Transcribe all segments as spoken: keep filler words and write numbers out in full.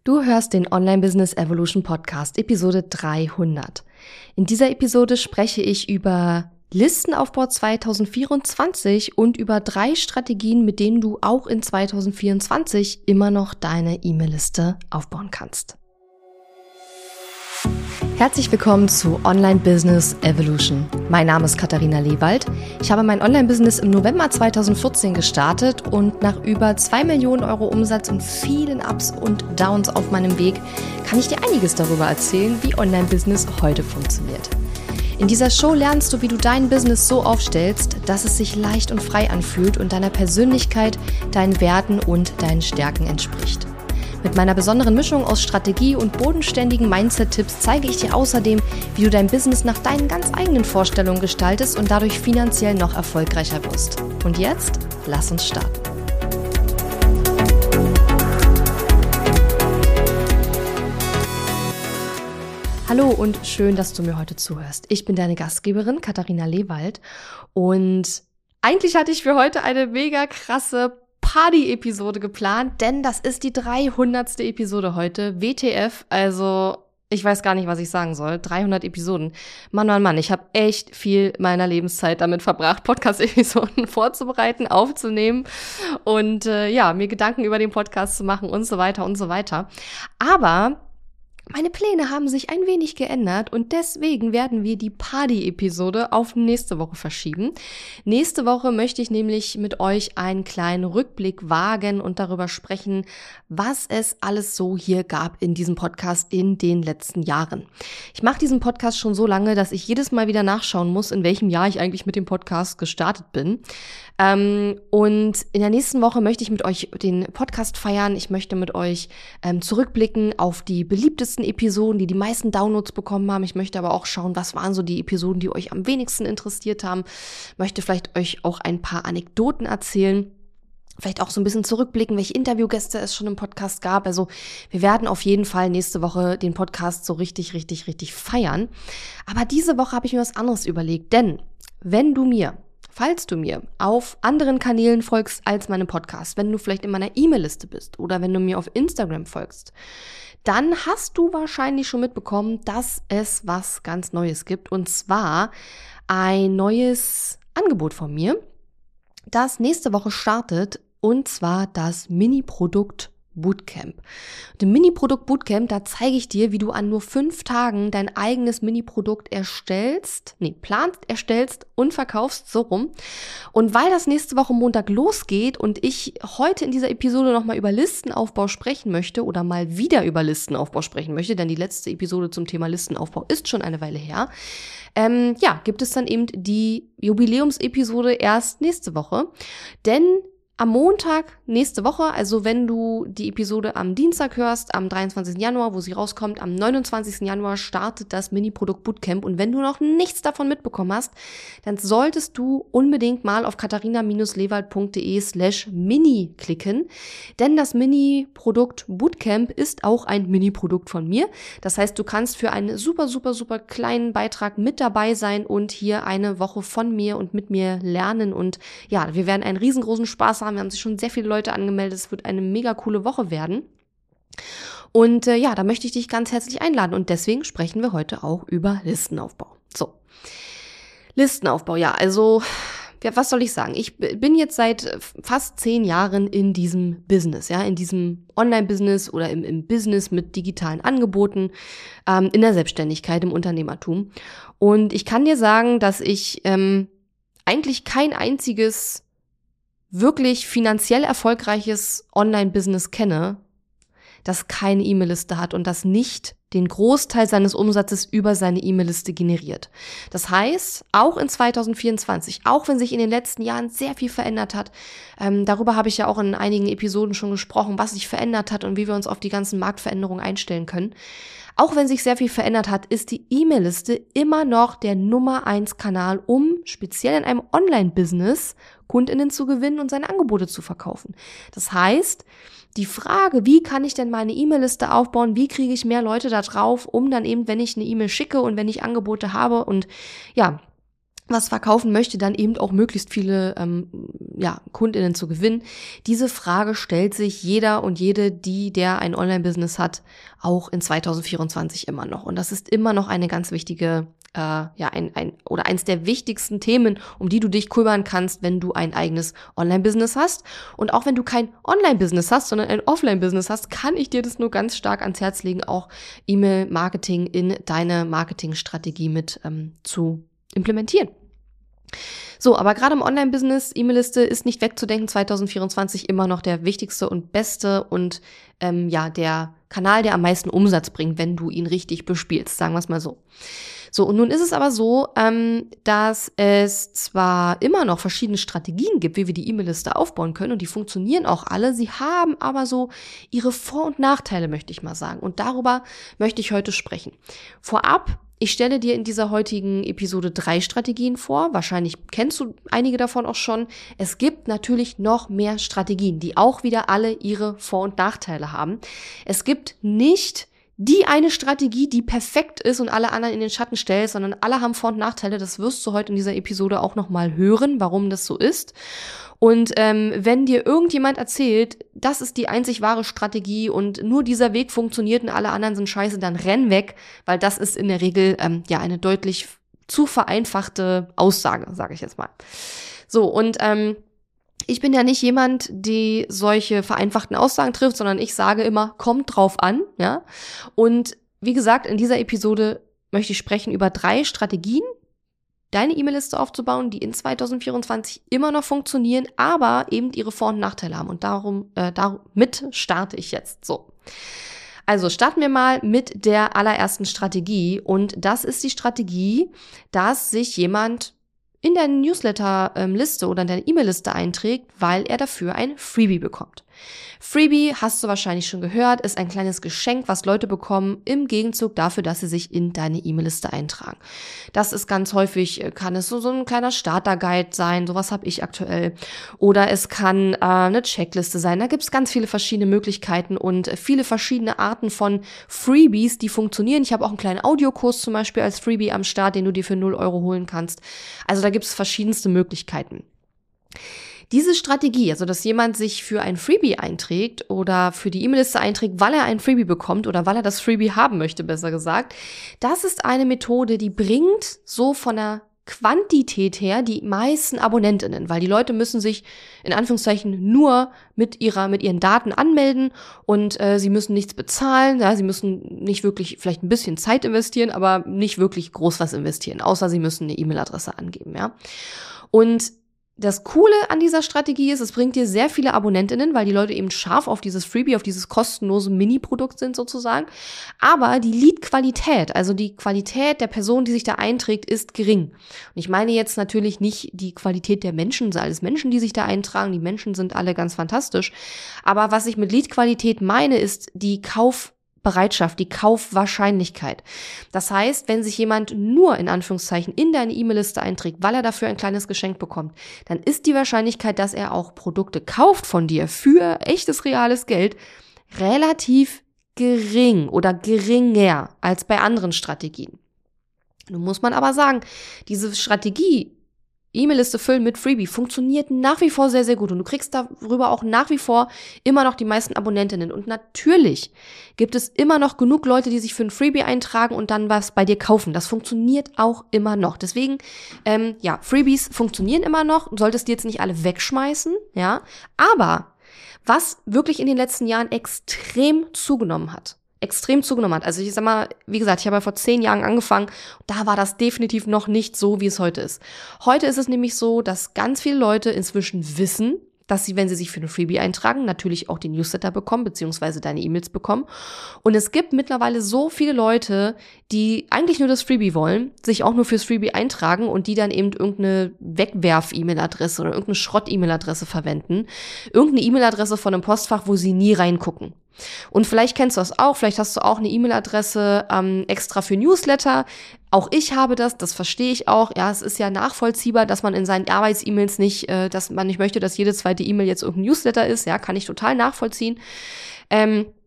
Du hörst den Online Business Evolution Podcast, Episode dreihundert. In dieser Episode spreche ich über Listenaufbau zwanzig vierundzwanzig und über drei Strategien, mit denen du auch in zwanzig vierundzwanzig immer noch deine E-Mail-Liste aufbauen kannst. Herzlich willkommen zu Online Business Evolution. Mein Name ist Katharina Lewald. Ich habe mein Online-Business im November zwanzig vierzehn gestartet und nach über zwei Millionen Euro Umsatz und vielen Ups und Downs auf meinem Weg kann ich dir einiges darüber erzählen, wie Online-Business heute funktioniert. In dieser Show lernst du, wie du dein Business so aufstellst, dass es sich leicht und frei anfühlt und deiner Persönlichkeit, deinen Werten und deinen Stärken entspricht. Mit meiner besonderen Mischung aus Strategie und bodenständigen Mindset-Tipps zeige ich dir außerdem, wie du dein Business nach deinen ganz eigenen Vorstellungen gestaltest und dadurch finanziell noch erfolgreicher wirst. Und jetzt, lass uns starten. Hallo und schön, dass du mir heute zuhörst. Ich bin deine Gastgeberin Katharina Lewald und eigentlich hatte ich für heute eine mega krasse Party-Episode geplant, denn das ist die dreihundertste Episode heute, W T F, also ich weiß gar nicht, was ich sagen soll, dreihundert Episoden. Mann, Mann, Mann, ich habe echt viel meiner Lebenszeit damit verbracht, Podcast-Episoden vorzubereiten, aufzunehmen und äh, ja, mir Gedanken über den Podcast zu machen und so weiter und so weiter. Aber meine Pläne haben sich ein wenig geändert und deswegen werden wir die Party-Episode auf nächste Woche verschieben. Nächste Woche möchte ich nämlich mit euch einen kleinen Rückblick wagen und darüber sprechen, was es alles so hier gab in diesem Podcast in den letzten Jahren. Ich mache diesen Podcast schon so lange, dass ich jedes Mal wieder nachschauen muss, in welchem Jahr ich eigentlich mit dem Podcast gestartet bin. Ähm, und in der nächsten Woche möchte ich mit euch den Podcast feiern. Ich möchte mit euch ähm, zurückblicken auf die beliebtesten Episoden, die die meisten Downloads bekommen haben. Ich möchte aber auch schauen, was waren so die Episoden, die euch am wenigsten interessiert haben. Möchte vielleicht euch auch ein paar Anekdoten erzählen. Vielleicht auch so ein bisschen zurückblicken, welche Interviewgäste es schon im Podcast gab. Also wir werden auf jeden Fall nächste Woche den Podcast so richtig, richtig, richtig feiern. Aber diese Woche habe ich mir was anderes überlegt. Denn wenn du mir Falls du mir auf anderen Kanälen folgst als meinem Podcast, wenn du vielleicht in meiner E-Mail-Liste bist oder wenn du mir auf Instagram folgst, dann hast du wahrscheinlich schon mitbekommen, dass es was ganz Neues gibt. Und zwar ein neues Angebot von mir, das nächste Woche startet, und zwar das Mini-Produkt Bootcamp. Im Mini-Produkt Bootcamp, da zeige ich dir, wie du an nur fünf Tagen dein eigenes Mini-Produkt erstellst, nee, planst, erstellst und verkaufst, so rum. Und weil das nächste Woche Montag losgeht und ich heute in dieser Episode nochmal über Listenaufbau sprechen möchte oder mal wieder über Listenaufbau sprechen möchte, denn die letzte Episode zum Thema Listenaufbau ist schon eine Weile her, ähm, ja, gibt es dann eben die Jubiläumsepisode erst nächste Woche, denn am Montag nächste Woche, also wenn du die Episode am Dienstag hörst, am dreiundzwanzigsten Januar, wo sie rauskommt, am neunundzwanzigsten Januar startet das Mini-Produkt Bootcamp. Und wenn du noch nichts davon mitbekommen hast, dann solltest du unbedingt mal auf katharina-lewald.de slash mini klicken, denn das Mini-Produkt Bootcamp ist auch ein Mini-Produkt von mir. Das heißt, du kannst für einen super, super, super kleinen Beitrag mit dabei sein und hier eine Woche von mir und mit mir lernen. Und ja, wir werden einen riesengroßen Spaß haben. Wir haben sich schon sehr viele Leute angemeldet. Es wird eine mega coole Woche werden. Und äh, ja, da möchte ich dich ganz herzlich einladen. Und deswegen sprechen wir heute auch über Listenaufbau. So, Listenaufbau, ja, also ja, was soll ich sagen? Ich bin jetzt seit fast zehn Jahren in diesem Business, ja, in diesem Online-Business oder im, im Business mit digitalen Angeboten, ähm, in der Selbstständigkeit, im Unternehmertum. Und ich kann dir sagen, dass ich ähm, eigentlich kein einziges wirklich finanziell erfolgreiches Online-Business kenne, das keine E-Mail-Liste hat und das nicht den Großteil seines Umsatzes über seine E-Mail-Liste generiert. Das heißt, auch in zwanzig vierundzwanzig, auch wenn sich in den letzten Jahren sehr viel verändert hat, ähm, darüber habe ich ja auch in einigen Episoden schon gesprochen, was sich verändert hat und wie wir uns auf die ganzen Marktveränderungen einstellen können. Auch wenn sich sehr viel verändert hat, ist die E-Mail-Liste immer noch der Nummer eins Kanal, um speziell in einem Online-Business KundInnen zu gewinnen und seine Angebote zu verkaufen. Das heißt, die Frage, wie kann ich denn meine E-Mail-Liste aufbauen, wie kriege ich mehr Leute da drauf, um dann eben, wenn ich eine E-Mail schicke und wenn ich Angebote habe und ja, was verkaufen möchte, dann eben auch möglichst viele ähm, ja, KundInnen zu gewinnen. Diese Frage stellt sich jeder und jede, die der ein Online-Business hat, auch in zwanzig vierundzwanzig immer noch. Und das ist immer noch eine ganz wichtige, äh, ja, ein, ein oder eins der wichtigsten Themen, um die du dich kümmern kannst, wenn du ein eigenes Online-Business hast. Und auch wenn du kein Online-Business hast, sondern ein Offline-Business hast, kann ich dir das nur ganz stark ans Herz legen, auch E-Mail-Marketing in deine Marketingstrategie mit ähm, zu implementieren. So, aber gerade im Online-Business, E-Mail-Liste ist nicht wegzudenken, zwanzig vierundzwanzig immer noch der wichtigste und beste und ähm, ja, der Kanal, der am meisten Umsatz bringt, wenn du ihn richtig bespielst, sagen wir es mal so. So, und nun ist es aber so, ähm, dass es zwar immer noch verschiedene Strategien gibt, wie wir die E-Mail-Liste aufbauen können, und die funktionieren auch alle, sie haben aber so ihre Vor- und Nachteile, möchte ich mal sagen. Und darüber möchte ich heute sprechen. Vorab, ich stelle dir in dieser heutigen Episode drei Strategien vor. Wahrscheinlich kennst du einige davon auch schon. Es gibt natürlich noch mehr Strategien, die auch wieder alle ihre Vor- und Nachteile haben. Es gibt nicht die eine Strategie, die perfekt ist und alle anderen in den Schatten stellt, sondern alle haben Vor- und Nachteile. Das wirst du heute in dieser Episode auch nochmal hören, warum das so ist. Und ähm, wenn dir irgendjemand erzählt, das ist die einzig wahre Strategie und nur dieser Weg funktioniert und alle anderen sind scheiße, dann renn weg, weil das ist in der Regel ähm, ja eine deutlich zu vereinfachte Aussage, sage ich jetzt mal. So, und ähm, ich bin ja nicht jemand, die solche vereinfachten Aussagen trifft, sondern ich sage immer, kommt drauf an, ja. Und wie gesagt, in dieser Episode möchte ich sprechen über drei Strategien, deine E-Mail-Liste aufzubauen, die in zwanzig vierundzwanzig immer noch funktionieren, aber eben ihre Vor- und Nachteile haben. Und darum, äh, damit starte ich jetzt. So. Also starten wir mal mit der allerersten Strategie. Und das ist die Strategie, dass sich jemand in deine Newsletter-Liste oder in deine E-Mail-Liste einträgt, weil er dafür ein Freebie bekommt. Freebie, hast du wahrscheinlich schon gehört, ist ein kleines Geschenk, was Leute bekommen im Gegenzug dafür, dass sie sich in deine E-Mail-Liste eintragen. Das ist ganz häufig, kann es so, so ein kleiner Starter-Guide sein, sowas habe ich aktuell. Oder es kann äh, eine Checkliste sein, da gibt es ganz viele verschiedene Möglichkeiten und viele verschiedene Arten von Freebies, die funktionieren. Ich habe auch einen kleinen Audiokurs zum Beispiel als Freebie am Start, den du dir für null Euro holen kannst. Also da gibt es verschiedenste Möglichkeiten. Diese Strategie, also dass jemand sich für ein Freebie einträgt oder für die E-Mail-Liste einträgt, weil er ein Freebie bekommt oder weil er das Freebie haben möchte, besser gesagt, das ist eine Methode, die bringt so von der Quantität her die meisten AbonnentInnen, weil die Leute müssen sich in Anführungszeichen nur mit ihrer mit ihren Daten anmelden und äh, sie müssen nichts bezahlen, ja, sie müssen nicht wirklich, vielleicht ein bisschen Zeit investieren, aber nicht wirklich groß was investieren, außer sie müssen eine E-Mail-Adresse angeben, ja. Und das Coole an dieser Strategie ist, es bringt dir sehr viele AbonnentInnen, weil die Leute eben scharf auf dieses Freebie, auf dieses kostenlose Mini-Produkt sind sozusagen. Aber die Lead-Qualität, also die Qualität der Person, die sich da einträgt, ist gering. Und ich meine jetzt natürlich nicht die Qualität der Menschen, sind alles Menschen, die sich da eintragen. Die Menschen sind alle ganz fantastisch. Aber was ich mit Lead-Qualität meine, ist die Kauf Bereitschaft, die Kaufwahrscheinlichkeit. Das heißt, wenn sich jemand nur in Anführungszeichen in deine E-Mail-Liste einträgt, weil er dafür ein kleines Geschenk bekommt, dann ist die Wahrscheinlichkeit, dass er auch Produkte kauft von dir für echtes, reales Geld, relativ gering oder geringer als bei anderen Strategien. Nun muss man aber sagen, diese Strategie, E-Mail-Liste füllen mit Freebie, funktioniert nach wie vor sehr, sehr gut und du kriegst darüber auch nach wie vor immer noch die meisten Abonnentinnen. Und natürlich gibt es immer noch genug Leute, die sich für ein Freebie eintragen und dann was bei dir kaufen. Das funktioniert auch immer noch. Deswegen, ähm, ja, Freebies funktionieren immer noch. Du solltest die jetzt nicht alle wegschmeißen, ja. Aber was wirklich in den letzten Jahren extrem zugenommen hat, extrem zugenommen hat. Also ich sag mal, wie gesagt, ich habe ja vor zehn Jahren angefangen, da war das definitiv noch nicht so, wie es heute ist. Heute ist es nämlich so, dass ganz viele Leute inzwischen wissen, dass sie, wenn sie sich für eine Freebie eintragen, natürlich auch den Newsletter bekommen, beziehungsweise deine E-Mails bekommen. Und es gibt mittlerweile so viele Leute, die eigentlich nur das Freebie wollen, sich auch nur fürs Freebie eintragen und die dann eben irgendeine Wegwerf-E-Mail-Adresse oder irgendeine Schrott-E-Mail-Adresse verwenden. Irgendeine E-Mail-Adresse von einem Postfach, wo sie nie reingucken. Und vielleicht kennst du das auch, vielleicht hast du auch eine E-Mail-Adresse ähm, extra für Newsletter. Auch ich habe das, das verstehe ich auch. Ja, es ist ja nachvollziehbar, dass man in seinen Arbeits-E-Mails nicht, äh, dass man nicht möchte, dass jede zweite E-Mail jetzt irgendein Newsletter ist. Ja, kann ich total nachvollziehen. Ähm,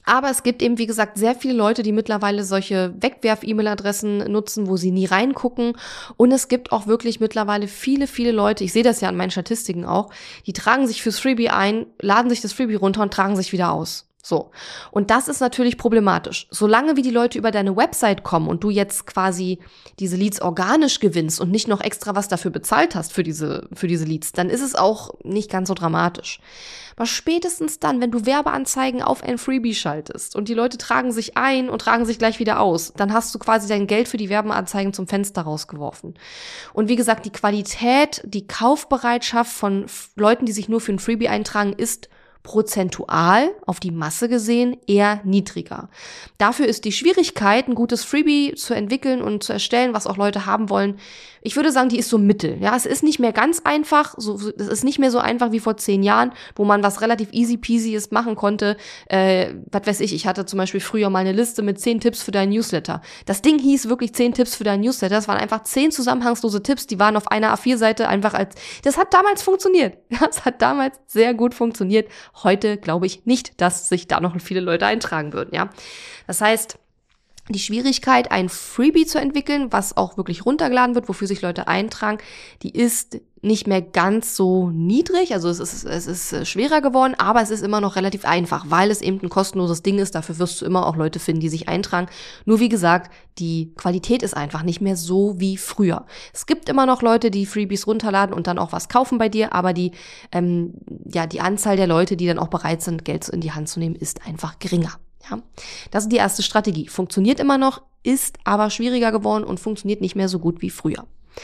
Aber es gibt eben, wie gesagt, sehr viele Leute, die mittlerweile solche Wegwerf-E-Mail-Adressen nutzen, wo sie nie reingucken. Und es gibt auch wirklich mittlerweile viele, viele Leute, ich sehe das ja an meinen Statistiken auch, die tragen sich fürs Freebie ein, laden sich das Freebie runter und tragen sich wieder aus. So. Und das ist natürlich problematisch. Solange wie die Leute über deine Website kommen und du jetzt quasi diese Leads organisch gewinnst und nicht noch extra was dafür bezahlt hast für diese, für diese Leads, dann ist es auch nicht ganz so dramatisch. Aber spätestens dann, wenn du Werbeanzeigen auf ein Freebie schaltest und die Leute tragen sich ein und tragen sich gleich wieder aus, dann hast du quasi dein Geld für die Werbeanzeigen zum Fenster rausgeworfen. Und wie gesagt, die Qualität, die Kaufbereitschaft von Leuten, die sich nur für ein Freebie eintragen, ist prozentual auf die Masse gesehen eher niedriger. Dafür ist die Schwierigkeit, ein gutes Freebie zu entwickeln und zu erstellen, was auch Leute haben wollen, ich würde sagen, die ist so mittel. Ja, es ist nicht mehr ganz einfach, so, es ist nicht mehr so einfach wie vor zehn Jahren, wo man was relativ easy peasy ist machen konnte. Äh, was weiß ich, ich hatte zum Beispiel früher mal eine Liste mit zehn Tipps für deinen Newsletter. Das Ding hieß wirklich zehn Tipps für deinen Newsletter. Das waren einfach zehn zusammenhangslose Tipps, die waren auf einer A vier Seite einfach als, das hat damals funktioniert. Das hat damals sehr gut funktioniert. Heute glaube ich nicht, dass sich da noch viele Leute eintragen würden, ja. Das heißt, die Schwierigkeit, ein Freebie zu entwickeln, was auch wirklich runtergeladen wird, wofür sich Leute eintragen, die ist nicht mehr ganz so niedrig. Also es ist, es ist schwerer geworden, aber es ist immer noch relativ einfach, weil es eben ein kostenloses Ding ist. Dafür wirst du immer auch Leute finden, die sich eintragen. Nur wie gesagt, die Qualität ist einfach nicht mehr so wie früher. Es gibt immer noch Leute, die Freebies runterladen und dann auch was kaufen bei dir, aber die, ähm, ja, die Anzahl der Leute, die dann auch bereit sind, Geld in die Hand zu nehmen, ist einfach geringer. Ja, das ist die erste Strategie. Funktioniert immer noch, ist aber schwieriger geworden und funktioniert nicht mehr so gut wie früher.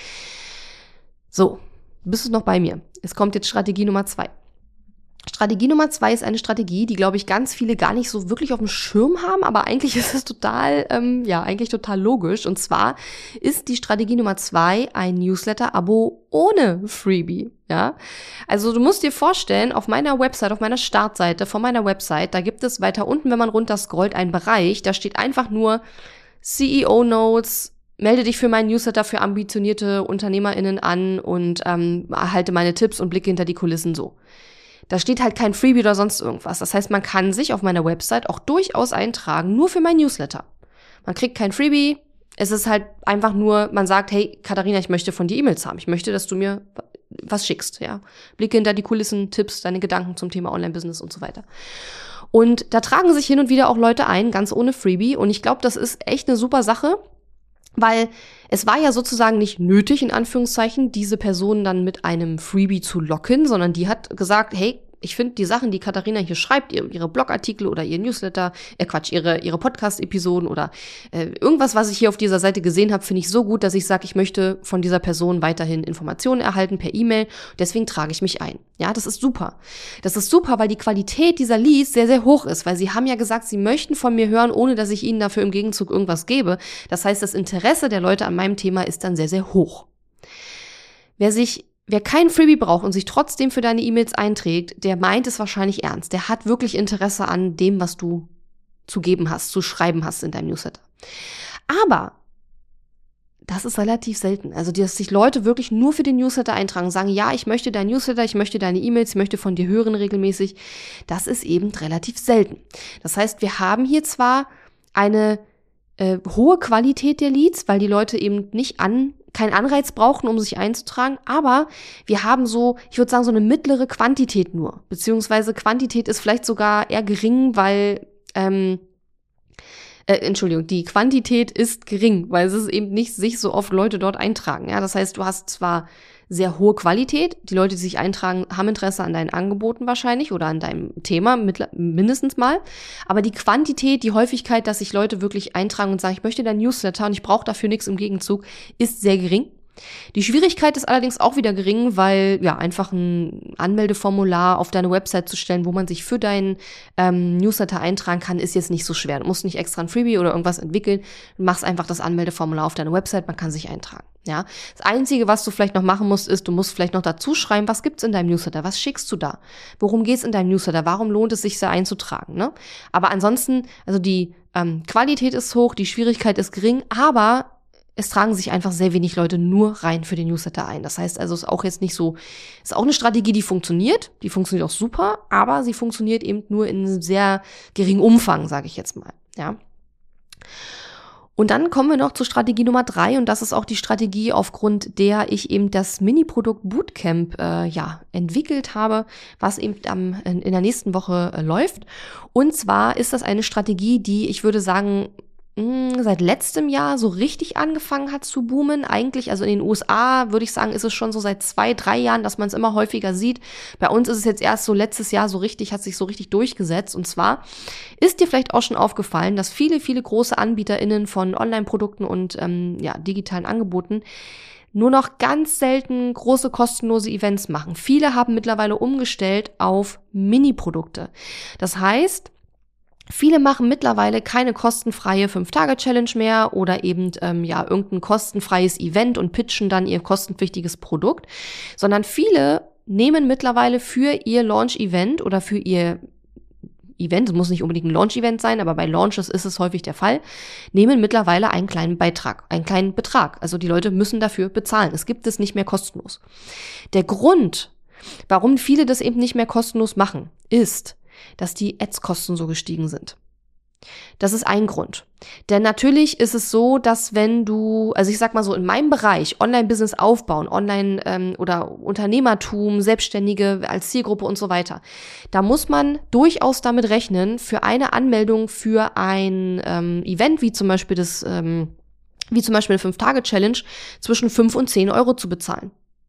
So, bist du noch bei mir? Es kommt jetzt Strategie Nummer zwei. Strategie Nummer zwei ist eine Strategie, die, glaube ich, ganz viele gar nicht so wirklich auf dem Schirm haben, aber eigentlich ist es total, ähm, ja, eigentlich total logisch. Und zwar ist die Strategie Nummer zwei ein Newsletter-Abo ohne Freebie, ja. Also du musst dir vorstellen, auf meiner Website, auf meiner Startseite von meiner Website, da gibt es weiter unten, wenn man runter scrollt, einen Bereich, da steht einfach nur C E O-Notes, melde dich für meinen Newsletter für ambitionierte UnternehmerInnen an und ähm, erhalte meine Tipps und blicke hinter die Kulissen so. Da steht halt kein Freebie oder sonst irgendwas. Das heißt, man kann sich auf meiner Website auch durchaus eintragen, nur für mein Newsletter. Man kriegt kein Freebie. Es ist halt einfach nur, man sagt, hey, Katharina, ich möchte von dir E-Mails haben. Ich möchte, dass du mir was schickst, ja. Blicke hinter die Kulissen, Tipps, deine Gedanken zum Thema Online-Business und so weiter. Und da tragen sich hin und wieder auch Leute ein, ganz ohne Freebie. Und ich glaube, das ist echt eine super Sache, weil es war ja sozusagen nicht nötig, in Anführungszeichen, diese Person dann mit einem Freebie zu locken, sondern die hat gesagt, hey, ich finde die Sachen, die Katharina hier schreibt, ihre, ihre Blogartikel oder ihr Newsletter, äh Quatsch, ihre ihre Podcast-Episoden oder äh, irgendwas, was ich hier auf dieser Seite gesehen habe, finde ich so gut, dass ich sage, ich möchte von dieser Person weiterhin Informationen erhalten per E-Mail. Deswegen trage ich mich ein. Ja, das ist super. Das ist super, weil die Qualität dieser Leads sehr, sehr hoch ist, weil sie haben ja gesagt, sie möchten von mir hören, ohne dass ich ihnen dafür im Gegenzug irgendwas gebe. Das heißt, das Interesse der Leute an meinem Thema ist dann sehr, sehr hoch. Wer sich Wer kein Freebie braucht und sich trotzdem für deine E-Mails einträgt, der meint es wahrscheinlich ernst. Der hat wirklich Interesse an dem, was du zu geben hast, zu schreiben hast in deinem Newsletter. Aber das ist relativ selten. Also, dass sich Leute wirklich nur für den Newsletter eintragen, sagen, ja, ich möchte deinen Newsletter, ich möchte deine E-Mails, ich möchte von dir hören regelmäßig. Das ist eben relativ selten. Das heißt, wir haben hier zwar eine äh, hohe Qualität der Leads, weil die Leute eben nicht an keinen Anreiz brauchen, um sich einzutragen, aber wir haben so, ich würde sagen, so eine mittlere Quantität nur, beziehungsweise Quantität ist vielleicht sogar eher gering, weil, ähm, äh, Entschuldigung, die Quantität ist gering, weil es ist eben nicht sich so oft Leute dort eintragen, ja, das heißt, du hast zwar sehr hohe Qualität, die Leute, die sich eintragen, haben Interesse an deinen Angeboten wahrscheinlich oder an deinem Thema mindestens mal, aber die Quantität, die Häufigkeit, dass sich Leute wirklich eintragen und sagen, ich möchte dein Newsletter und ich brauche dafür nichts im Gegenzug, ist sehr gering. Die Schwierigkeit ist allerdings auch wieder gering, weil ja einfach ein Anmeldeformular auf deine Website zu stellen, wo man sich für deinen ähm, Newsletter eintragen kann, ist jetzt nicht so schwer. Du musst nicht extra ein Freebie oder irgendwas entwickeln, du machst einfach das Anmeldeformular auf deine Website, man kann sich eintragen. Ja, das Einzige, was du vielleicht noch machen musst, ist, du musst vielleicht noch dazu schreiben, was gibt's in deinem Newsletter, was schickst du da, worum geht's in deinem Newsletter, warum lohnt es sich, da einzutragen, ne? Aber ansonsten, also die ähm, Qualität ist hoch, die Schwierigkeit ist gering, aber es tragen sich einfach sehr wenig Leute nur rein für den Newsletter ein. Das heißt also, es ist auch jetzt nicht so, ist auch eine Strategie, die funktioniert. Die funktioniert auch super, aber sie funktioniert eben nur in einem sehr geringen Umfang, sage ich jetzt mal. Ja. Und dann kommen wir noch zur Strategie Nummer drei und das ist auch die Strategie, aufgrund der ich eben das Mini-Produkt Bootcamp äh, ja entwickelt habe, was eben am, in, in der nächsten Woche äh, läuft. Und zwar ist das eine Strategie, die, ich würde sagen, mh, seit letztem Jahr so richtig angefangen hat zu boomen. Eigentlich, also in den U S A würde ich sagen, ist es schon so seit zwei, drei Jahren, dass man es immer häufiger sieht. Bei uns ist es jetzt erst so letztes Jahr so richtig, hat sich so richtig durchgesetzt. Und zwar ist dir vielleicht auch schon aufgefallen, dass viele, viele große AnbieterInnen von Online-Produkten und ähm, ja, digitalen Angeboten nur noch ganz selten große kostenlose Events machen. Viele haben mittlerweile umgestellt auf Mini-Produkte. Das heißt, viele machen mittlerweile keine kostenfreie fünf Tage Challenge mehr oder eben ähm, ja irgendein kostenfreies Event und pitchen dann ihr kostenpflichtiges Produkt, sondern viele nehmen mittlerweile für ihr Launch-Event oder für ihr Event, es muss nicht unbedingt ein Launch-Event sein, aber bei Launches ist es häufig der Fall, nehmen mittlerweile einen kleinen Beitrag, einen kleinen Betrag. Also die Leute müssen dafür bezahlen. Es gibt es nicht mehr kostenlos. Der Grund, warum viele das eben nicht mehr kostenlos machen, ist, dass die Ads-Kosten so gestiegen sind. Das ist ein Grund. Denn natürlich ist es so, dass wenn du, also ich sag mal so, in meinem Bereich Online-Business aufbauen, Online- ähm, oder Unternehmertum, Selbstständige als Zielgruppe und so weiter, da muss man durchaus damit rechnen, für eine Anmeldung für ein ähm, Event, wie zum Beispiel das, ähm, wie zum Beispiel eine fünf Tage Challenge, zwischen fünf und zehn Euro zu bezahlen.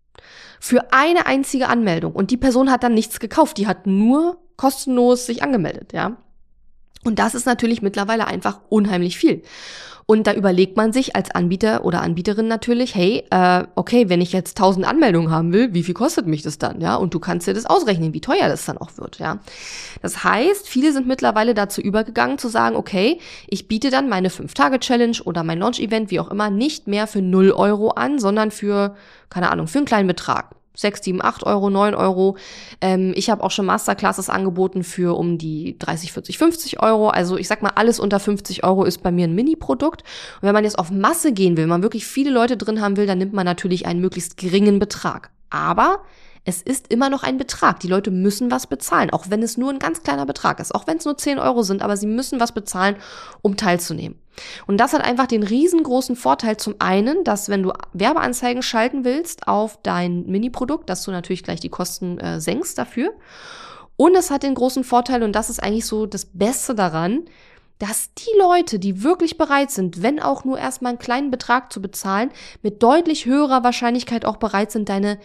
Für eine einzige Anmeldung. Und die Person hat dann nichts gekauft, die hat nur kostenlos sich angemeldet, ja. Und das ist natürlich mittlerweile einfach unheimlich viel. Und da überlegt man sich als Anbieter oder Anbieterin natürlich, hey, äh, okay, wenn ich jetzt tausend Anmeldungen haben will, wie viel kostet mich das dann, ja? Und du kannst dir das ausrechnen, wie teuer das dann auch wird, ja? Das heißt, viele sind mittlerweile dazu übergegangen zu sagen, okay, ich biete dann meine fünf Tage Challenge oder mein Launch-Event, wie auch immer, nicht mehr für null Euro an, sondern für, keine Ahnung, für einen kleinen Betrag. sechs, sieben, acht Euro, neun Euro. Ähm, ich habe auch schon Masterclasses angeboten für um die dreißig, vierzig, fünfzig Euro. Also ich sag mal, alles unter fünfzig Euro ist bei mir ein Mini-Produkt. Und wenn man jetzt auf Masse gehen will, wenn man wirklich viele Leute drin haben will, dann nimmt man natürlich einen möglichst geringen Betrag. Aber es ist immer noch ein Betrag. Die Leute müssen was bezahlen, auch wenn es nur ein ganz kleiner Betrag ist, auch wenn es nur zehn Euro sind, aber sie müssen was bezahlen, um teilzunehmen. Und das hat einfach den riesengroßen Vorteil zum einen, dass wenn du Werbeanzeigen schalten willst auf dein Mini-Produkt, dass du natürlich gleich die Kosten äh, senkst dafür. Und es hat den großen Vorteil, und das ist eigentlich so das Beste daran, dass die Leute, die wirklich bereit sind, wenn auch nur erstmal einen kleinen Betrag zu bezahlen, mit deutlich höherer Wahrscheinlichkeit auch bereit sind, deine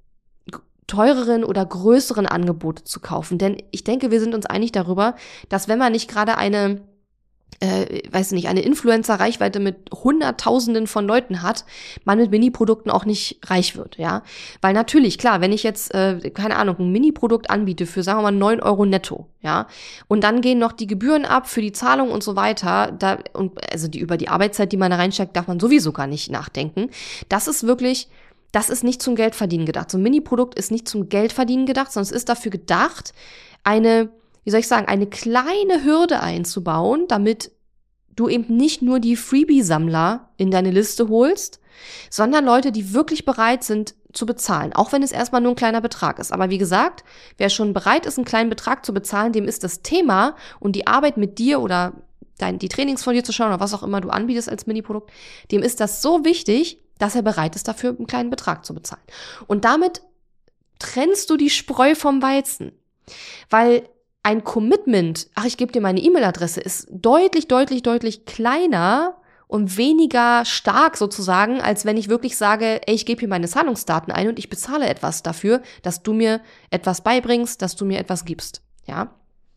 teureren oder größeren Angebote zu kaufen. Denn ich denke, wir sind uns einig darüber, dass wenn man nicht gerade eine, äh, weiß nicht, eine Influencer-Reichweite mit Hunderttausenden von Leuten hat, man mit Mini-Produkten auch nicht reich wird, ja. Weil natürlich, klar, wenn ich jetzt, äh, keine Ahnung, ein Mini-Produkt anbiete für, sagen wir mal, neun Euro netto, ja, und dann gehen noch die Gebühren ab für die Zahlung und so weiter, da, und also die über die Arbeitszeit, die man da reinsteckt, darf man sowieso gar nicht nachdenken. Das ist wirklich Das ist nicht zum Geldverdienen gedacht. So ein Mini-Produkt ist nicht zum Geldverdienen gedacht, sondern es ist dafür gedacht, eine, wie soll ich sagen, eine kleine Hürde einzubauen, damit du eben nicht nur die Freebie-Sammler in deine Liste holst, sondern Leute, die wirklich bereit sind zu bezahlen, auch wenn es erstmal nur ein kleiner Betrag ist. Aber wie gesagt, wer schon bereit ist, einen kleinen Betrag zu bezahlen, dem ist das Thema und die Arbeit mit dir oder dein, die Trainings von dir zu schauen oder was auch immer du anbietest als Mini-Produkt, dem ist das so wichtig, dass er bereit ist, dafür einen kleinen Betrag zu bezahlen. Und damit trennst du die Spreu vom Weizen. Weil ein Commitment, ach, ich gebe dir meine E-Mail-Adresse, ist deutlich, deutlich, deutlich kleiner und weniger stark sozusagen, als wenn ich wirklich sage, ey, ich gebe hier meine Zahlungsdaten ein und ich bezahle etwas dafür, dass du mir etwas beibringst, dass du mir etwas gibst. Ja.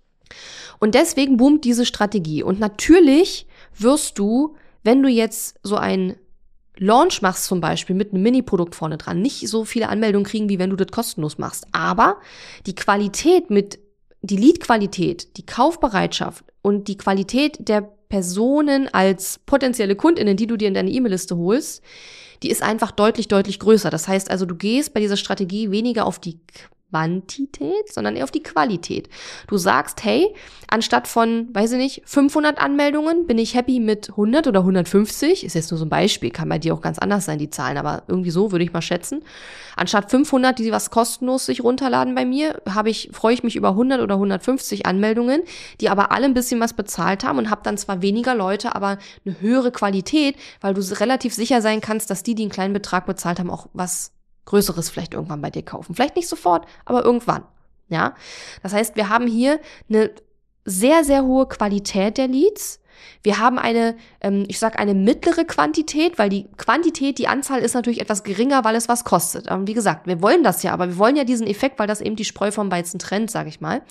Und deswegen boomt diese Strategie. Und natürlich wirst du, wenn du jetzt so ein Launch machst zum Beispiel mit einem Mini-Produkt vorne dran, nicht so viele Anmeldungen kriegen, wie wenn du das kostenlos machst. Aber die Qualität mit, die Lead-Qualität, die Kaufbereitschaft und die Qualität der Personen als potenzielle KundInnen, die du dir in deine E-Mail-Liste holst, die ist einfach deutlich, deutlich größer. Das heißt also, du gehst bei dieser Strategie weniger auf die Quantität, sondern eher auf die Qualität. Du sagst, hey, anstatt von, weiß ich nicht, fünfhundert Anmeldungen bin ich happy mit hundert oder hundertfünfzig. Ist jetzt nur so ein Beispiel, kann bei dir auch ganz anders sein, die Zahlen, aber irgendwie so würde ich mal schätzen. Anstatt fünfhundert, die was kostenlos sich runterladen bei mir, habe ich, freue ich mich über hundert oder hundertfünfzig Anmeldungen, die aber alle ein bisschen was bezahlt haben und habe dann zwar weniger Leute, aber eine höhere Qualität, weil du relativ sicher sein kannst, dass die, die einen kleinen Betrag bezahlt haben, auch was Größeres vielleicht irgendwann bei dir kaufen. Vielleicht nicht sofort, aber irgendwann. Ja, das heißt, wir haben hier eine sehr, sehr hohe Qualität der Leads. Wir haben eine, ähm, ich sag eine mittlere Quantität, weil die Quantität, die Anzahl ist natürlich etwas geringer, weil es was kostet. Und wie gesagt, wir wollen das ja, aber wir wollen ja diesen Effekt, weil das eben die Spreu vom Weizen trennt, sage ich mal.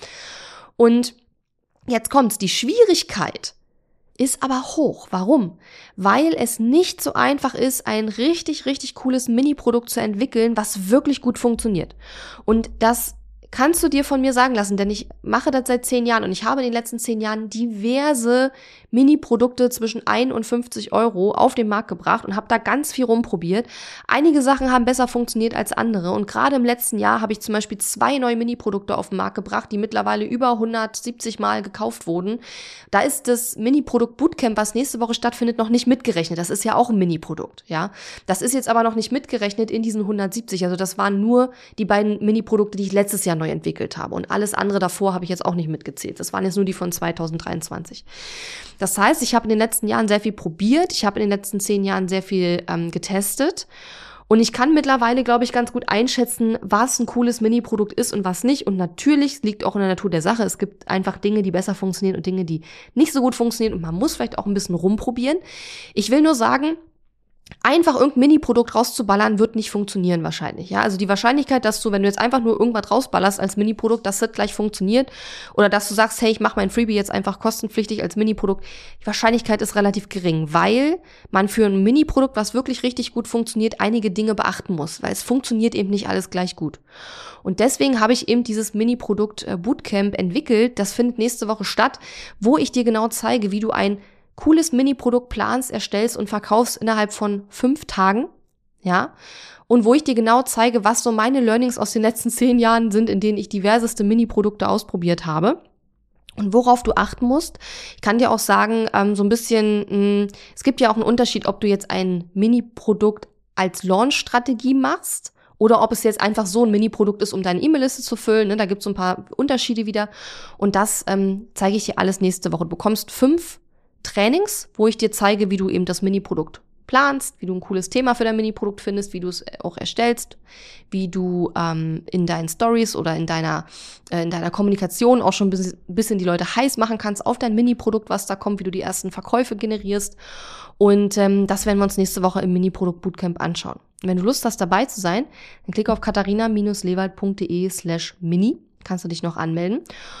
Und jetzt kommt's, die Schwierigkeit ist aber hoch. Warum? Weil es nicht so einfach ist, ein richtig, richtig cooles Mini-Produkt zu entwickeln, was wirklich gut funktioniert. Und das kannst du dir von mir sagen lassen, denn ich mache das seit zehn Jahren und ich habe in den letzten zehn Jahren diverse Mini-Produkte zwischen ein und fünfzig Euro auf den Markt gebracht und habe da ganz viel rumprobiert. Einige Sachen haben besser funktioniert als andere und gerade im letzten Jahr habe ich zum Beispiel zwei neue Mini-Produkte auf den Markt gebracht, die mittlerweile über hundertsiebzig Mal gekauft wurden. Da ist das Mini-Produkt Bootcamp, was nächste Woche stattfindet, noch nicht mitgerechnet. Das ist ja auch ein Mini-Produkt, ja. Das ist jetzt aber noch nicht mitgerechnet in diesen hundertsiebzig. Also das waren nur die beiden Mini-Produkte, die ich letztes Jahr neu entwickelt habe und alles andere davor habe ich jetzt auch nicht mitgezählt. Das waren jetzt nur die von zweitausenddreiundzwanzig. Das heißt, ich habe in den letzten Jahren sehr viel probiert, ich habe in den letzten zehn Jahren sehr viel ähm, getestet und ich kann mittlerweile, glaube ich, ganz gut einschätzen, was ein cooles Mini-Produkt ist und was nicht. Und natürlich liegt auch in der Natur der Sache, es gibt einfach Dinge, die besser funktionieren und Dinge, die nicht so gut funktionieren und man muss vielleicht auch ein bisschen rumprobieren. Ich will nur sagen, einfach irgendein Mini-Produkt rauszuballern, wird nicht funktionieren wahrscheinlich, ja. Also die Wahrscheinlichkeit, dass du, wenn du jetzt einfach nur irgendwas rausballerst als Mini-Produkt, dass das gleich funktioniert oder dass du sagst, hey, ich mache mein Freebie jetzt einfach kostenpflichtig als Mini-Produkt, die Wahrscheinlichkeit ist relativ gering, weil man für ein Mini-Produkt, was wirklich richtig gut funktioniert, einige Dinge beachten muss, weil es funktioniert eben nicht alles gleich gut. Und deswegen habe ich eben dieses Mini-Produkt äh, Bootcamp entwickelt, das findet nächste Woche statt, wo ich dir genau zeige, wie du ein cooles Mini-Produkt planst, erstellst und verkaufst innerhalb von fünf Tagen, ja, und wo ich dir genau zeige, was so meine Learnings aus den letzten zehn Jahren sind, in denen ich diverseste Mini-Produkte ausprobiert habe und worauf du achten musst. Ich kann dir auch sagen, ähm, so ein bisschen, mh, es gibt ja auch einen Unterschied, ob du jetzt ein Mini-Produkt als Launch-Strategie machst oder ob es jetzt einfach so ein Mini-Produkt ist, um deine E-Mail-Liste zu füllen. Ne? Da gibt es so ein paar Unterschiede wieder und das ähm, zeige ich dir alles nächste Woche. Du bekommst fünf Trainings, wo ich dir zeige, wie du eben das Mini-Produkt planst, wie du ein cooles Thema für dein Mini-Produkt findest, wie du es auch erstellst, wie du ähm, in deinen Stories oder in deiner äh, in deiner Kommunikation auch schon ein bisschen die Leute heiß machen kannst auf dein Mini-Produkt, was da kommt, wie du die ersten Verkäufe generierst. Und ähm, das werden wir uns nächste Woche im Mini-Produkt Bootcamp anschauen. Und wenn du Lust hast, dabei zu sein, dann klicke auf katharina-lewald.de slash mini, kannst du dich noch anmelden.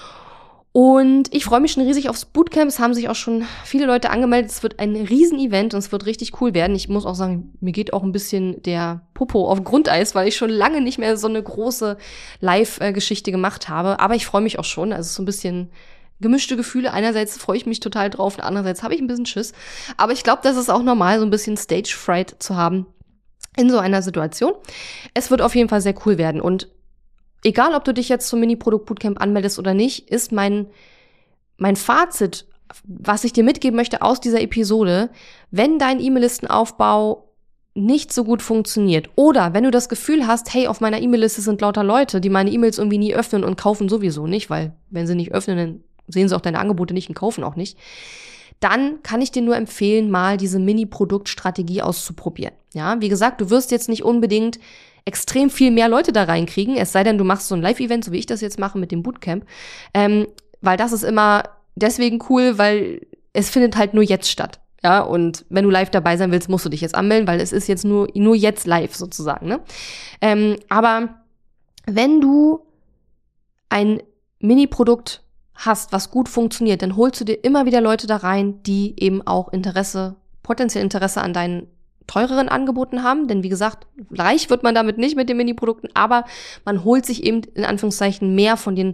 Und ich freue mich schon riesig aufs Bootcamp. Es haben sich auch schon viele Leute angemeldet. Es wird ein Riesen-Event und es wird richtig cool werden. Ich muss auch sagen, mir geht auch ein bisschen der Popo auf Grundeis, weil ich schon lange nicht mehr so eine große Live-Geschichte gemacht habe. Aber ich freue mich auch schon. Also so ein bisschen gemischte Gefühle. Einerseits freue ich mich total drauf und andererseits habe ich ein bisschen Schiss. Aber ich glaube, das ist auch normal, so ein bisschen Stage-Fright zu haben in so einer Situation. Es wird auf jeden Fall sehr cool werden und egal, ob du dich jetzt zum Mini-Produkt-Bootcamp anmeldest oder nicht, ist mein, mein Fazit, was ich dir mitgeben möchte aus dieser Episode, wenn dein E-Mail-Listenaufbau nicht so gut funktioniert oder wenn du das Gefühl hast, hey, auf meiner E-Mail-Liste sind lauter Leute, die meine E-Mails irgendwie nie öffnen und kaufen sowieso nicht, weil wenn sie nicht öffnen, dann sehen sie auch deine Angebote nicht und kaufen auch nicht, dann kann ich dir nur empfehlen, mal diese Mini-Produkt-Strategie auszuprobieren. Ja, wie gesagt, du wirst jetzt nicht unbedingt extrem viel mehr Leute da reinkriegen, es sei denn, du machst so ein Live-Event, so wie ich das jetzt mache mit dem Bootcamp, ähm, weil das ist immer deswegen cool, weil es findet halt nur jetzt statt, ja, und wenn du live dabei sein willst, musst du dich jetzt anmelden, weil es ist jetzt nur nur jetzt live sozusagen, ne? Ähm, aber wenn du ein Mini-Produkt hast, was gut funktioniert, dann holst du dir immer wieder Leute da rein, die eben auch Interesse, potenziell Interesse an deinen teureren Angeboten haben, denn wie gesagt, reich wird man damit nicht mit den Mini-Produkten, aber man holt sich eben in Anführungszeichen mehr von den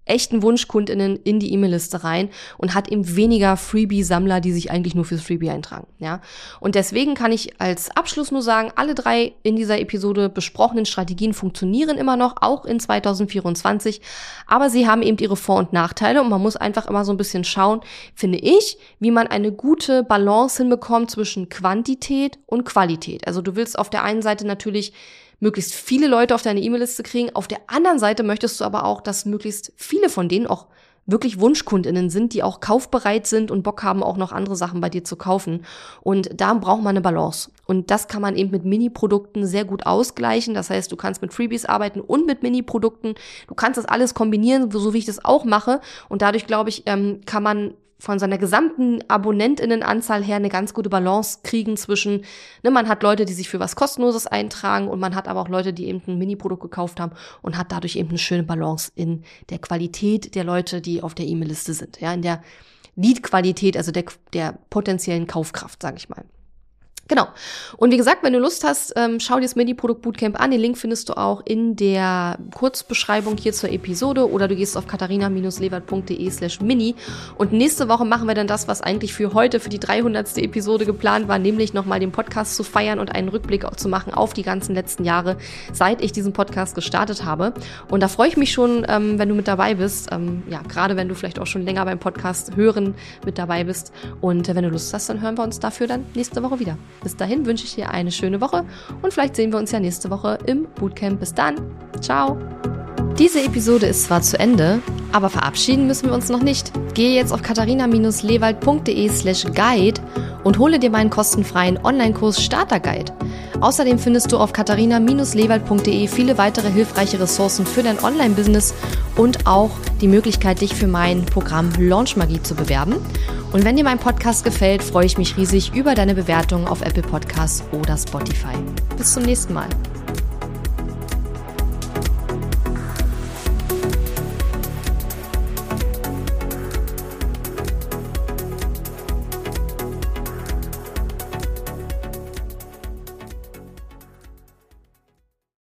echten WunschkundInnen in die E-Mail-Liste rein und hat eben weniger Freebie-Sammler, die sich eigentlich nur fürs Freebie eintragen. Ja? Und deswegen kann ich als Abschluss nur sagen, alle drei in dieser Episode besprochenen Strategien funktionieren immer noch, auch in zwanzig vierundzwanzig, aber sie haben eben ihre Vor- und Nachteile und man muss einfach immer so ein bisschen schauen, finde ich, wie man eine gute Balance hinbekommt zwischen Quantität und Qualität. Also du willst auf der einen Seite natürlich möglichst viele Leute auf deine E-Mail-Liste kriegen. Auf der anderen Seite möchtest du aber auch, dass möglichst viele von denen auch wirklich WunschkundInnen sind, die auch kaufbereit sind und Bock haben, auch noch andere Sachen bei dir zu kaufen. Und da braucht man eine Balance. Und das kann man eben mit Mini-Produkten sehr gut ausgleichen. Das heißt, du kannst mit Freebies arbeiten und mit Mini-Produkten. Du kannst das alles kombinieren, so wie ich das auch mache. Und dadurch, glaube ich, kann man von seiner gesamten AbonnentInnenanzahl her eine ganz gute Balance kriegen zwischen, ne, man hat Leute, die sich für was Kostenloses eintragen und man hat aber auch Leute, die eben ein Mini-Produkt gekauft haben und hat dadurch eben eine schöne Balance in der Qualität der Leute, die auf der E-Mail-Liste sind, ja, in der Lead-Qualität, also der, der potenziellen Kaufkraft, sage ich mal. Genau. Und wie gesagt, wenn du Lust hast, ähm, schau dir das Mini-Produkt-Bootcamp an. Den Link findest du auch in der Kurzbeschreibung hier zur Episode oder du gehst auf katharina-lewald.de slash mini. Und nächste Woche machen wir dann das, was eigentlich für heute, für die dreihundertste Episode geplant war, nämlich nochmal den Podcast zu feiern und einen Rückblick auch zu machen auf die ganzen letzten Jahre, seit ich diesen Podcast gestartet habe. Und da freue ich mich schon, ähm, wenn du mit dabei bist. Ähm, ja, gerade wenn du vielleicht auch schon länger beim Podcast hören mit dabei bist. Und äh, wenn du Lust hast, dann hören wir uns dafür dann nächste Woche wieder. Bis dahin wünsche ich dir eine schöne Woche und vielleicht sehen wir uns ja nächste Woche im Bootcamp. Bis dann. Ciao. Diese Episode ist zwar zu Ende, aber verabschieden müssen wir uns noch nicht. Gehe jetzt auf katharina-lewald.de slash guide und hole dir meinen kostenfreien Online-Kurs Starter-Guide. Außerdem findest du auf katharina-lewald.de viele weitere hilfreiche Ressourcen für dein Online-Business und auch die Möglichkeit, dich für mein Programm Launch Magie zu bewerben. Und wenn dir mein Podcast gefällt, freue ich mich riesig über deine Bewertung auf Apple Podcasts oder Spotify. Bis zum nächsten Mal.